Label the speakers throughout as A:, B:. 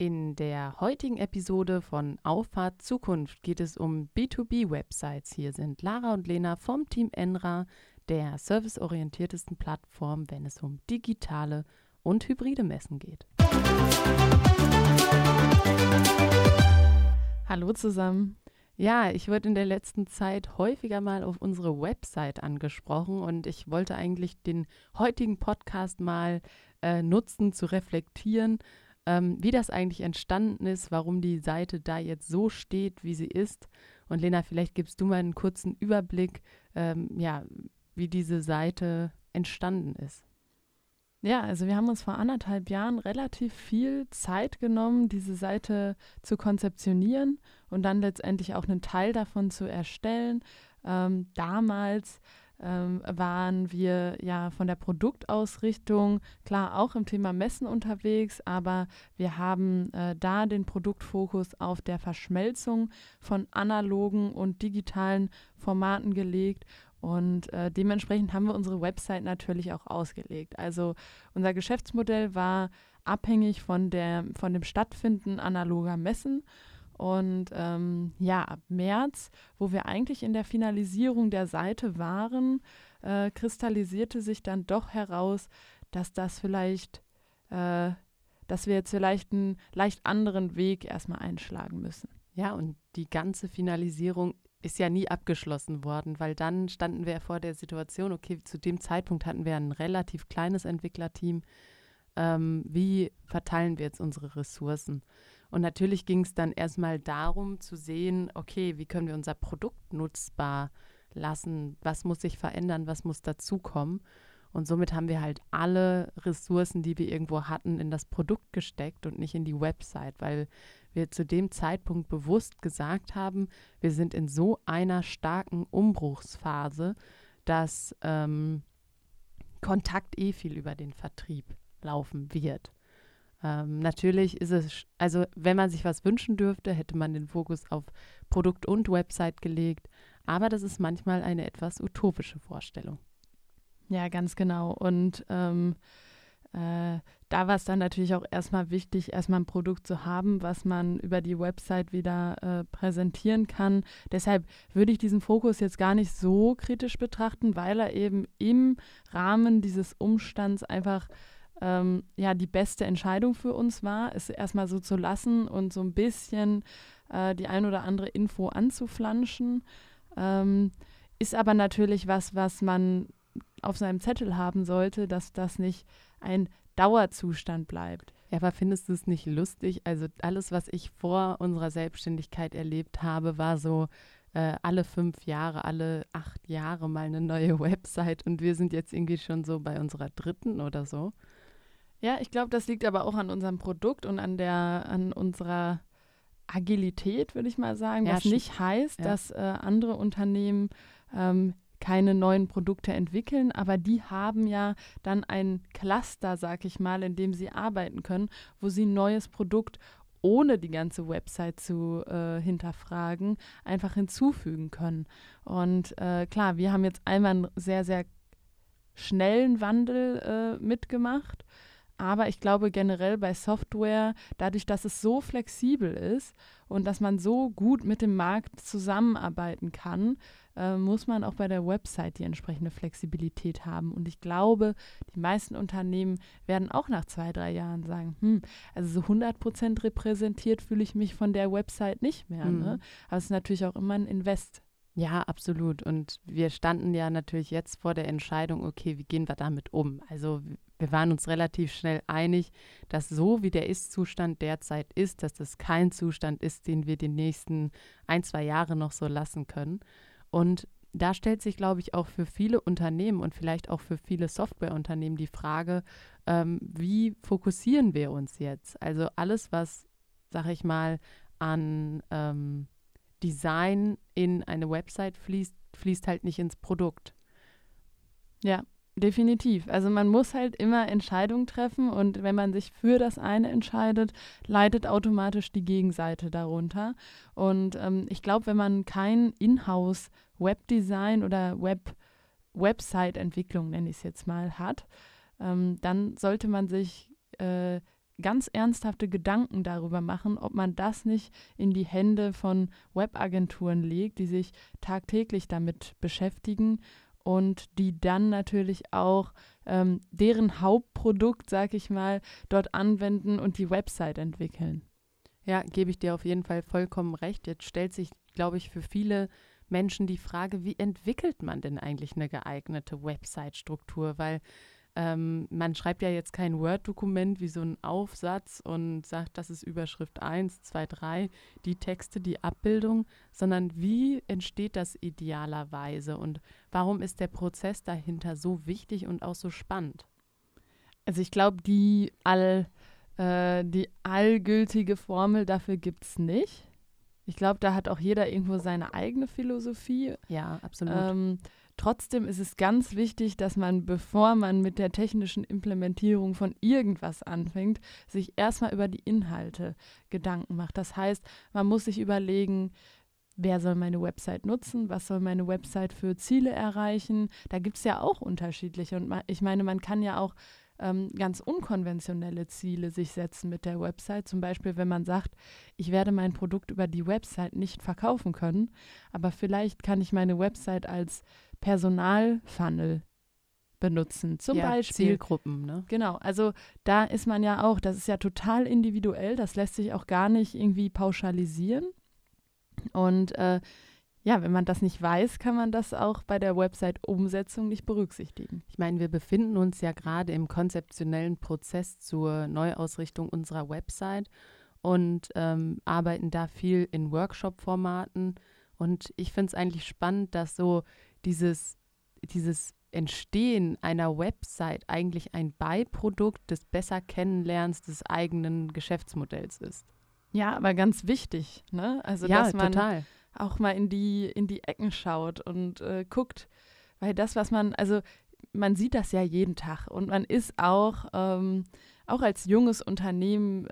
A: In der heutigen Episode von Auffahrt Zukunft geht es um B2B-Websites. Hier sind Lara und Lena vom Team Enra, der serviceorientiertesten Plattform, wenn es um digitale und hybride Messen geht.
B: Hallo zusammen.
A: Ja, ich wurde in der letzten Zeit häufiger mal auf unsere Website angesprochen und ich wollte eigentlich den heutigen Podcast mal nutzen, zu reflektieren, wie das eigentlich entstanden ist, warum die Seite da jetzt so steht, wie sie ist. Und Lena, vielleicht gibst du mal einen kurzen Überblick, wie diese Seite entstanden ist.
B: Ja, also wir haben uns vor 1,5 Jahren relativ viel Zeit genommen, diese Seite zu konzeptionieren und dann letztendlich auch einen Teil davon zu erstellen. Damals waren wir ja von der Produktausrichtung klar auch im Thema Messen unterwegs, aber wir haben da den Produktfokus auf der Verschmelzung von analogen und digitalen Formaten gelegt. Und dementsprechend haben wir unsere Website natürlich auch ausgelegt. Also unser Geschäftsmodell war abhängig von dem Stattfinden analoger Messen. Und ab März, wo wir eigentlich in der Finalisierung der Seite waren, kristallisierte sich dann doch heraus, dass wir jetzt vielleicht einen leicht anderen Weg erstmal einschlagen müssen.
A: Ja, und die ganze Finalisierung ist ja nie abgeschlossen worden, weil dann standen wir vor der Situation, okay, zu dem Zeitpunkt hatten wir ein relativ kleines Entwicklerteam. Wie verteilen wir jetzt unsere Ressourcen? Und natürlich ging es dann erstmal darum zu sehen, okay, wie können wir unser Produkt nutzbar lassen? Was muss sich verändern? Was muss dazukommen? Und somit haben wir halt alle Ressourcen, die wir irgendwo hatten, in das Produkt gesteckt und nicht in die Website, weil wir zu dem Zeitpunkt bewusst gesagt haben, wir sind in so einer starken Umbruchsphase, dass Kontakt viel über den Vertrieb laufen wird. Natürlich ist es, also wenn man sich was wünschen dürfte, hätte man den Fokus auf Produkt und Website gelegt, aber das ist manchmal eine etwas utopische Vorstellung.
B: Ja, ganz genau. Und da war es dann natürlich auch erstmal wichtig, erstmal ein Produkt zu haben, was man über die Website wieder präsentieren kann. Deshalb würde ich diesen Fokus jetzt gar nicht so kritisch betrachten, weil er eben im Rahmen dieses Umstands einfach die beste Entscheidung für uns war, es erstmal so zu lassen und so ein bisschen die ein oder andere Info anzuflanschen. Ist aber natürlich was man auf seinem Zettel haben sollte, dass das nicht ein Dauerzustand bleibt.
A: Ja, aber findest du es nicht lustig? Also alles, was ich vor unserer Selbstständigkeit erlebt habe, war so alle 5 Jahre, alle 8 Jahre mal eine neue Website und wir sind jetzt irgendwie schon so bei unserer 3. oder so.
B: Ja, ich glaube, das liegt aber auch an unserem Produkt und an unserer Agilität, würde ich mal sagen, was nicht heißt, dass andere Unternehmen keine neuen Produkte entwickeln, aber die haben ja dann ein Cluster, sag ich mal, in dem sie arbeiten können, wo sie ein neues Produkt ohne die ganze Website zu hinterfragen, einfach hinzufügen können. Und klar, wir haben jetzt einmal einen sehr, sehr schnellen Wandel mitgemacht, aber ich glaube generell bei Software, dadurch, dass es so flexibel ist und dass man so gut mit dem Markt zusammenarbeiten kann, muss man auch bei der Website die entsprechende Flexibilität haben. Und ich glaube, die meisten Unternehmen werden auch nach 2-3 Jahren sagen, also so 100% repräsentiert fühle ich mich von der Website nicht mehr. Ne? Aber es ist natürlich auch immer ein Invest.
A: Ja, absolut. Und wir standen ja natürlich jetzt vor der Entscheidung, okay, wie gehen wir damit um? Also wir waren uns relativ schnell einig, dass so wie der Ist-Zustand derzeit ist, dass das kein Zustand ist, den wir die nächsten 1-2 Jahre noch so lassen können. Und da stellt sich, glaube ich, auch für viele Unternehmen und vielleicht auch für viele Softwareunternehmen die Frage, wie fokussieren wir uns jetzt? Also alles, was, sag ich mal, an Design in eine Website fließt halt nicht ins Produkt.
B: Ja, definitiv. Also man muss halt immer Entscheidungen treffen und wenn man sich für das eine entscheidet, leidet automatisch die Gegenseite darunter. Und ich glaube, wenn man kein Inhouse-Webdesign oder Website-Entwicklung, nenne ich es jetzt mal, hat, dann sollte man sich ganz ernsthafte Gedanken darüber machen, ob man das nicht in die Hände von Webagenturen legt, die sich tagtäglich damit beschäftigen und die dann natürlich auch deren Hauptprodukt, sag ich mal, dort anwenden und die Website entwickeln.
A: Ja, gebe ich dir auf jeden Fall vollkommen recht. Jetzt stellt sich, glaube ich, für viele Menschen die Frage, wie entwickelt man denn eigentlich eine geeignete Website-Struktur? Weil man schreibt ja jetzt kein Word-Dokument wie so ein Aufsatz und sagt, das ist Überschrift 1, 2, 3, die Texte, die Abbildung, sondern wie entsteht das idealerweise und warum ist der Prozess dahinter so wichtig und auch so spannend?
B: Also ich glaube, die allgültige Formel dafür gibt es nicht. Ich glaube, da hat auch jeder irgendwo seine eigene Philosophie.
A: Ja, absolut.
B: Trotzdem ist es ganz wichtig, dass man, bevor man mit der technischen Implementierung von irgendwas anfängt, sich erstmal über die Inhalte Gedanken macht. Das heißt, man muss sich überlegen, wer soll meine Website nutzen, was soll meine Website für Ziele erreichen. Da gibt es ja auch unterschiedliche. Und ich meine, man kann ja auch ganz unkonventionelle Ziele sich setzen mit der Website. Zum Beispiel, wenn man sagt, ich werde mein Produkt über die Website nicht verkaufen können, aber vielleicht kann ich meine Website als Personalfunnel benutzen. Zum Beispiel
A: Zielgruppen, ne?
B: Genau, also da ist man ja auch, das ist ja total individuell, das lässt sich auch gar nicht irgendwie pauschalisieren. Und wenn man das nicht weiß, kann man das auch bei der Website-Umsetzung nicht berücksichtigen.
A: Ich meine, wir befinden uns ja gerade im konzeptionellen Prozess zur Neuausrichtung unserer Website und arbeiten da viel in Workshop-Formaten. Und ich finde es eigentlich spannend, dass so dieses Entstehen einer Website eigentlich ein Beiprodukt des besser Kennenlernens des eigenen Geschäftsmodells ist.
B: Ja, aber ganz wichtig, ne? Also,
A: ja,
B: dass man
A: total.
B: auch mal in die Ecken schaut und guckt, weil das, was man sieht das ja jeden Tag und man ist auch als junges Unternehmen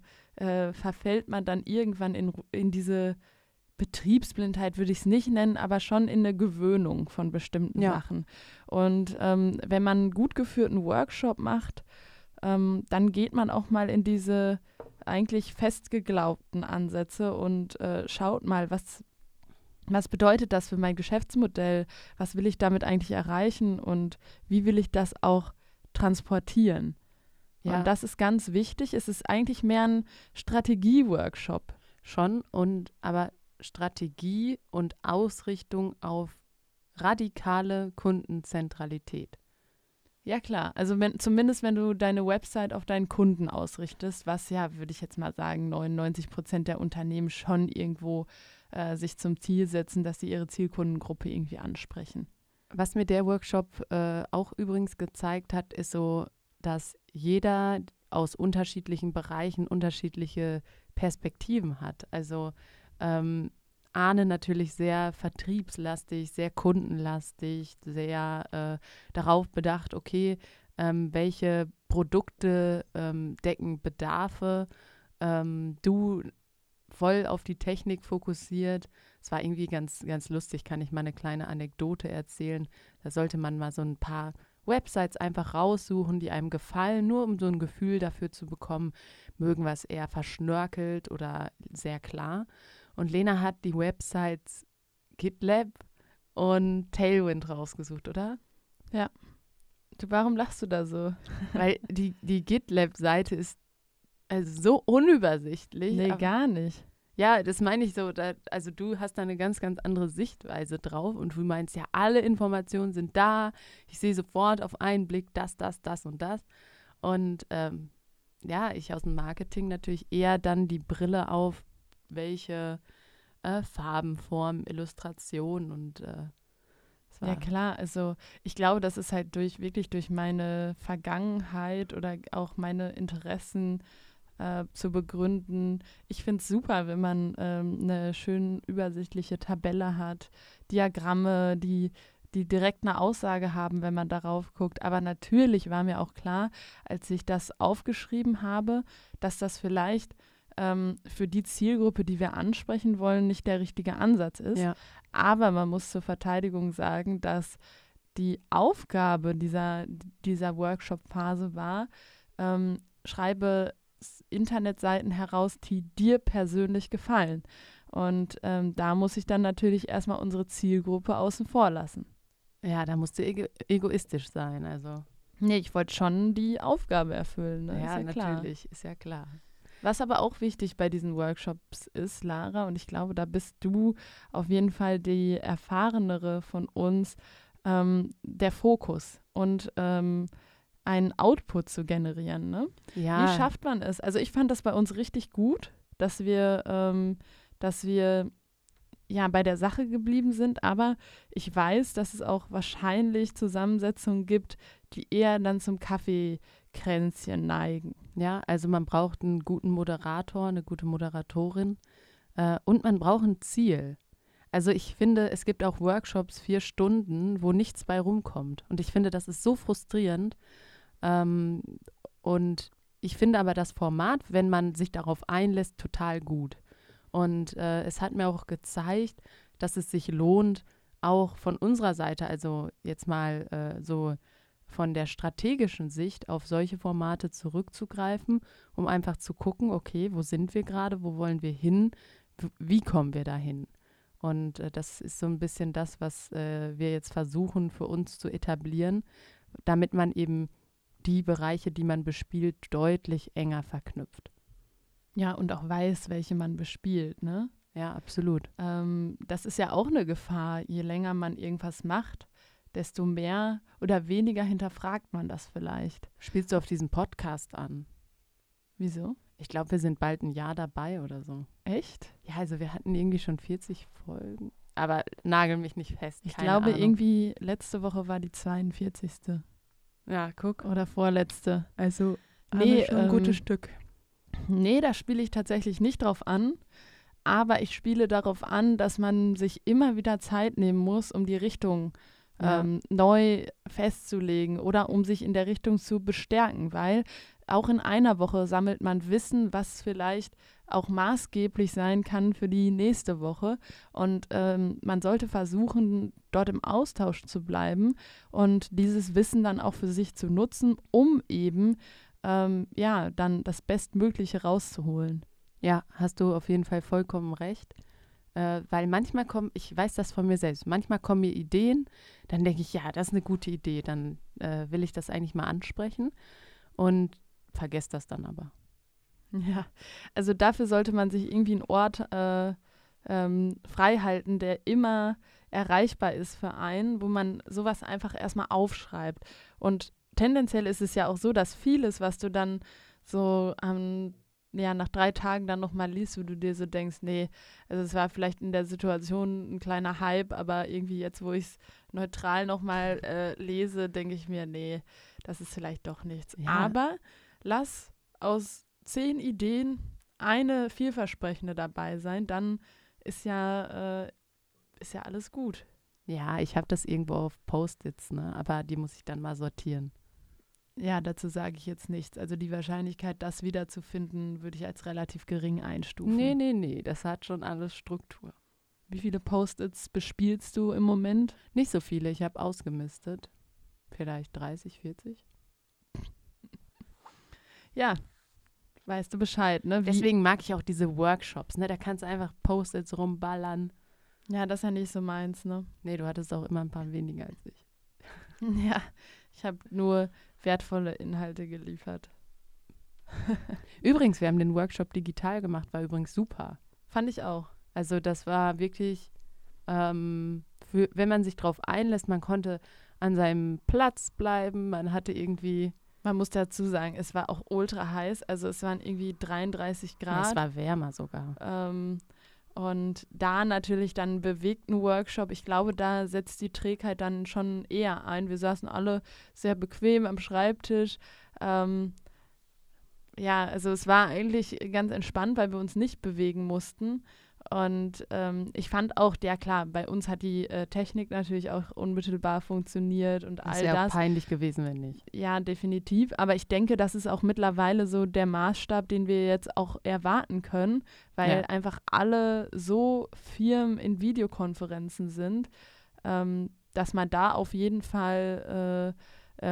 B: verfällt man dann irgendwann in diese Betriebsblindheit, würde ich es nicht nennen, aber schon in eine Gewöhnung von bestimmten Sachen. Und wenn man einen gut geführten Workshop macht, dann geht man auch mal in diese eigentlich fest geglaubten Ansätze und schaut mal, was bedeutet das für mein Geschäftsmodell? Was will ich damit eigentlich erreichen und wie will ich das auch transportieren? Ja. Und das ist ganz wichtig. Es ist eigentlich mehr ein Strategie-Workshop.
A: Schon, aber Strategie und Ausrichtung auf radikale Kundenzentralität.
B: Ja, klar. Also zumindest wenn du deine Website auf deinen Kunden ausrichtest, was ja, würde ich jetzt mal sagen, 99% der Unternehmen schon irgendwo sich zum Ziel setzen, dass sie ihre Zielkundengruppe irgendwie ansprechen.
A: Was mir der Workshop auch übrigens gezeigt hat, ist so, dass jeder aus unterschiedlichen Bereichen unterschiedliche Perspektiven hat. Also Arne natürlich sehr vertriebslastig, sehr kundenlastig, sehr darauf bedacht, okay, welche Produkte decken Bedarfe, du voll auf die Technik fokussiert. Es war irgendwie ganz, ganz lustig, kann ich mal eine kleine Anekdote erzählen. Da sollte man mal so ein paar Websites einfach raussuchen, die einem gefallen, nur um so ein Gefühl dafür zu bekommen, mögen wir es eher verschnörkelt oder sehr klar. Und Lena hat die Websites GitLab und Tailwind rausgesucht, oder?
B: Ja. Warum lachst du da so?
A: Weil die GitLab-Seite ist also so unübersichtlich.
B: Nee, gar nicht.
A: Ja, das meine ich so. Also du hast da eine ganz, ganz andere Sichtweise drauf und du meinst ja, alle Informationen sind da. Ich sehe sofort auf einen Blick das und das. Und ich aus dem Marketing natürlich eher dann die Brille auf, welche Farben, Formen, Illustration und
B: ja klar, also ich glaube, das ist halt wirklich durch meine Vergangenheit oder auch meine Interessen zu begründen. Ich finde es super, wenn man eine schön übersichtliche Tabelle hat, Diagramme, die direkt eine Aussage haben, wenn man darauf guckt. Aber natürlich war mir auch klar, als ich das aufgeschrieben habe, dass das vielleicht für die Zielgruppe, die wir ansprechen wollen, nicht der richtige Ansatz ist.
A: Ja.
B: Aber man muss zur Verteidigung sagen, dass die Aufgabe dieser Workshop-Phase war, schreibe Internetseiten heraus, die dir persönlich gefallen. Und da muss ich dann natürlich erstmal unsere Zielgruppe außen vor lassen.
A: Ja, da musst du egoistisch sein, also.
B: Nee, ich wollte schon die Aufgabe erfüllen. Ne?
A: Ja, natürlich, ist ja klar.
B: Was aber auch wichtig bei diesen Workshops ist, Lara, und ich glaube, da bist du auf jeden Fall die Erfahrenere von uns, der Fokus und einen Output zu generieren. Ne?
A: Ja.
B: Wie schafft man es? Also ich fand das bei uns richtig gut, dass wir ja bei der Sache geblieben sind, aber ich weiß, dass es auch wahrscheinlich Zusammensetzungen gibt, die eher dann zum Kaffeekränzchen neigen.
A: Ja, also man braucht einen guten Moderator, eine gute Moderatorin und man braucht ein Ziel. Also ich finde, es gibt auch Workshops 4 Stunden, wo nichts bei rumkommt. Und ich finde, das ist so frustrierend. Und ich finde aber das Format, wenn man sich darauf einlässt, total gut. Und es hat mir auch gezeigt, dass es sich lohnt, auch von unserer Seite, also jetzt mal so von der strategischen Sicht auf solche Formate zurückzugreifen, um einfach zu gucken, okay, wo sind wir gerade, wo wollen wir hin, wie kommen wir dahin? Und das ist so ein bisschen das, was wir jetzt versuchen für uns zu etablieren, damit man eben die Bereiche, die man bespielt, deutlich enger verknüpft.
B: Ja, und auch weiß, welche man bespielt, ne?
A: Ja, absolut.
B: Das ist ja auch eine Gefahr. Je länger man irgendwas macht, desto mehr oder weniger hinterfragt man das vielleicht.
A: Spielst du auf diesen Podcast an?
B: Wieso?
A: Ich glaube, wir sind bald ein Jahr dabei oder so.
B: Echt?
A: Ja, also wir hatten irgendwie schon 40 Folgen. Aber nagel mich nicht fest.
B: Ich glaube, irgendwie letzte Woche war die 42.
A: Ja, guck.
B: Oder vorletzte.
A: Also
B: nee,
A: schon ein gutes Stück.
B: Nee, da spiele ich tatsächlich nicht drauf an. Aber ich spiele darauf an, dass man sich immer wieder Zeit nehmen muss, um die Richtung neu festzulegen oder um sich in der Richtung zu bestärken, weil auch in einer Woche sammelt man Wissen, was vielleicht auch maßgeblich sein kann für die nächste Woche. Und man sollte versuchen, dort im Austausch zu bleiben und dieses Wissen dann auch für sich zu nutzen, um eben dann das Bestmögliche rauszuholen.
A: Ja, hast du auf jeden Fall vollkommen recht. Weil manchmal ich weiß das von mir selbst, manchmal kommen mir Ideen, dann denke ich, ja, das ist eine gute Idee, dann will ich das eigentlich mal ansprechen und vergesse das dann aber.
B: Ja, also dafür sollte man sich irgendwie einen Ort frei halten, der immer erreichbar ist für einen, wo man sowas einfach erstmal aufschreibt. Und tendenziell ist es ja auch so, dass vieles, was du dann so nach 3 Tagen dann nochmal liest, wo du dir so denkst, nee, also es war vielleicht in der Situation ein kleiner Hype, aber irgendwie jetzt, wo ich es neutral nochmal lese, denke ich mir, nee, das ist vielleicht doch nichts. Ja. Aber lass aus 10 Ideen eine vielversprechende dabei sein, dann ist ja alles gut.
A: Ja, ich habe das irgendwo auf Post-its, ne? Aber die muss ich dann mal sortieren.
B: Ja, dazu sage ich jetzt nichts. Also die Wahrscheinlichkeit, das wiederzufinden, würde ich als relativ gering einstufen.
A: Nee, das hat schon alles Struktur.
B: Wie viele Post-its bespielst du im Moment?
A: Nicht so viele, ich habe ausgemistet. Vielleicht 30, 40.
B: Ja, weißt du Bescheid, ne?
A: Deswegen mag ich auch diese Workshops, ne? Da kannst du einfach Post-its rumballern.
B: Ja, das ist ja nicht so meins, ne?
A: Nee, du hattest auch immer ein paar weniger als ich.
B: Ja, ich habe nur wertvolle Inhalte geliefert.
A: Übrigens, wir haben den Workshop digital gemacht, war übrigens super.
B: Fand ich auch.
A: Also das war wirklich, wenn man sich drauf einlässt, man konnte an seinem Platz bleiben, man hatte irgendwie...
B: Man muss dazu sagen, es war auch ultra heiß, also es waren irgendwie 33 Grad.
A: Es war wärmer sogar.
B: Und da natürlich dann einen bewegten Workshop, ich glaube, da setzt die Trägheit dann schon eher ein. Wir saßen alle sehr bequem am Schreibtisch. Also es war eigentlich ganz entspannt, weil wir uns nicht bewegen mussten. Und ich fand auch, ja klar, bei uns hat die Technik natürlich auch unmittelbar funktioniert und all das.
A: Ist ja auch peinlich gewesen, wenn nicht.
B: Ja, definitiv. Aber ich denke, das ist auch mittlerweile so der Maßstab, den wir jetzt auch erwarten können, weil einfach alle so firm in Videokonferenzen sind, dass man da auf jeden Fall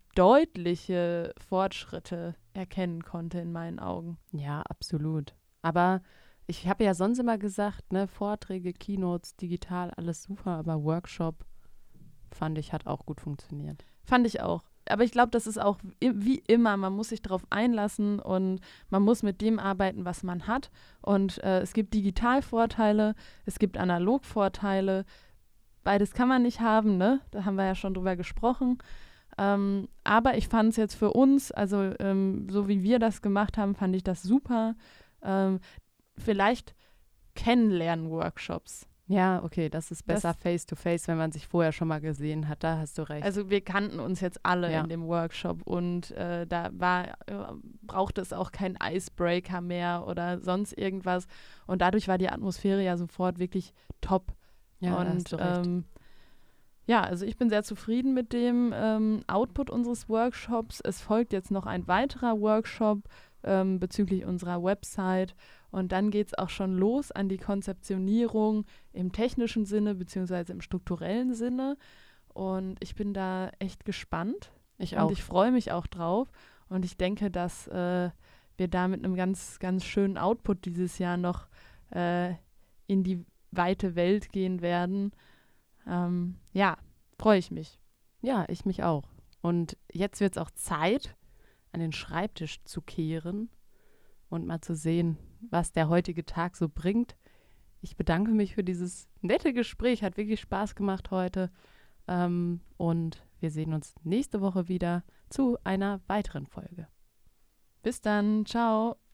B: deutliche Fortschritte erkennen konnte in meinen Augen.
A: Ja, absolut. Aber ich habe ja sonst immer gesagt, ne, Vorträge, Keynotes, digital, alles super, aber Workshop fand ich, hat auch gut funktioniert.
B: Fand ich auch. Aber ich glaube, das ist auch wie immer, man muss sich darauf einlassen und man muss mit dem arbeiten, was man hat. Und es gibt Digitalvorteile, es gibt Analogvorteile. Beides kann man nicht haben, ne? Da haben wir ja schon drüber gesprochen. Aber ich fand es jetzt für uns, also so wie wir das gemacht haben, fand ich das super. Vielleicht Kennenlernen-Workshops.
A: Ja, okay, das ist besser face-to-face, wenn man sich vorher schon mal gesehen hat, da hast du recht.
B: Also wir kannten uns jetzt alle in dem Workshop und da brauchte es auch keinen Icebreaker mehr oder sonst irgendwas und dadurch war die Atmosphäre ja sofort wirklich top.
A: Ja,
B: und
A: da hast du recht.
B: Ja, also ich bin sehr zufrieden mit dem Output unseres Workshops. Es folgt jetzt noch ein weiterer Workshop bezüglich unserer Website. Und dann geht es auch schon los an die Konzeptionierung im technischen Sinne beziehungsweise im strukturellen Sinne. Und ich bin da echt gespannt.
A: Ich auch.
B: Und ich freue mich auch drauf. Und ich denke, dass wir da mit einem ganz, ganz schönen Output dieses Jahr noch in die weite Welt gehen werden. Ja, freue ich mich.
A: Ja, ich mich auch. Und jetzt wird es auch Zeit, an den Schreibtisch zu kehren und mal zu sehen, was der heutige Tag so bringt. Ich bedanke mich für dieses nette Gespräch. Hat wirklich Spaß gemacht heute. Und wir sehen uns nächste Woche wieder zu einer weiteren Folge.
B: Bis dann. Ciao.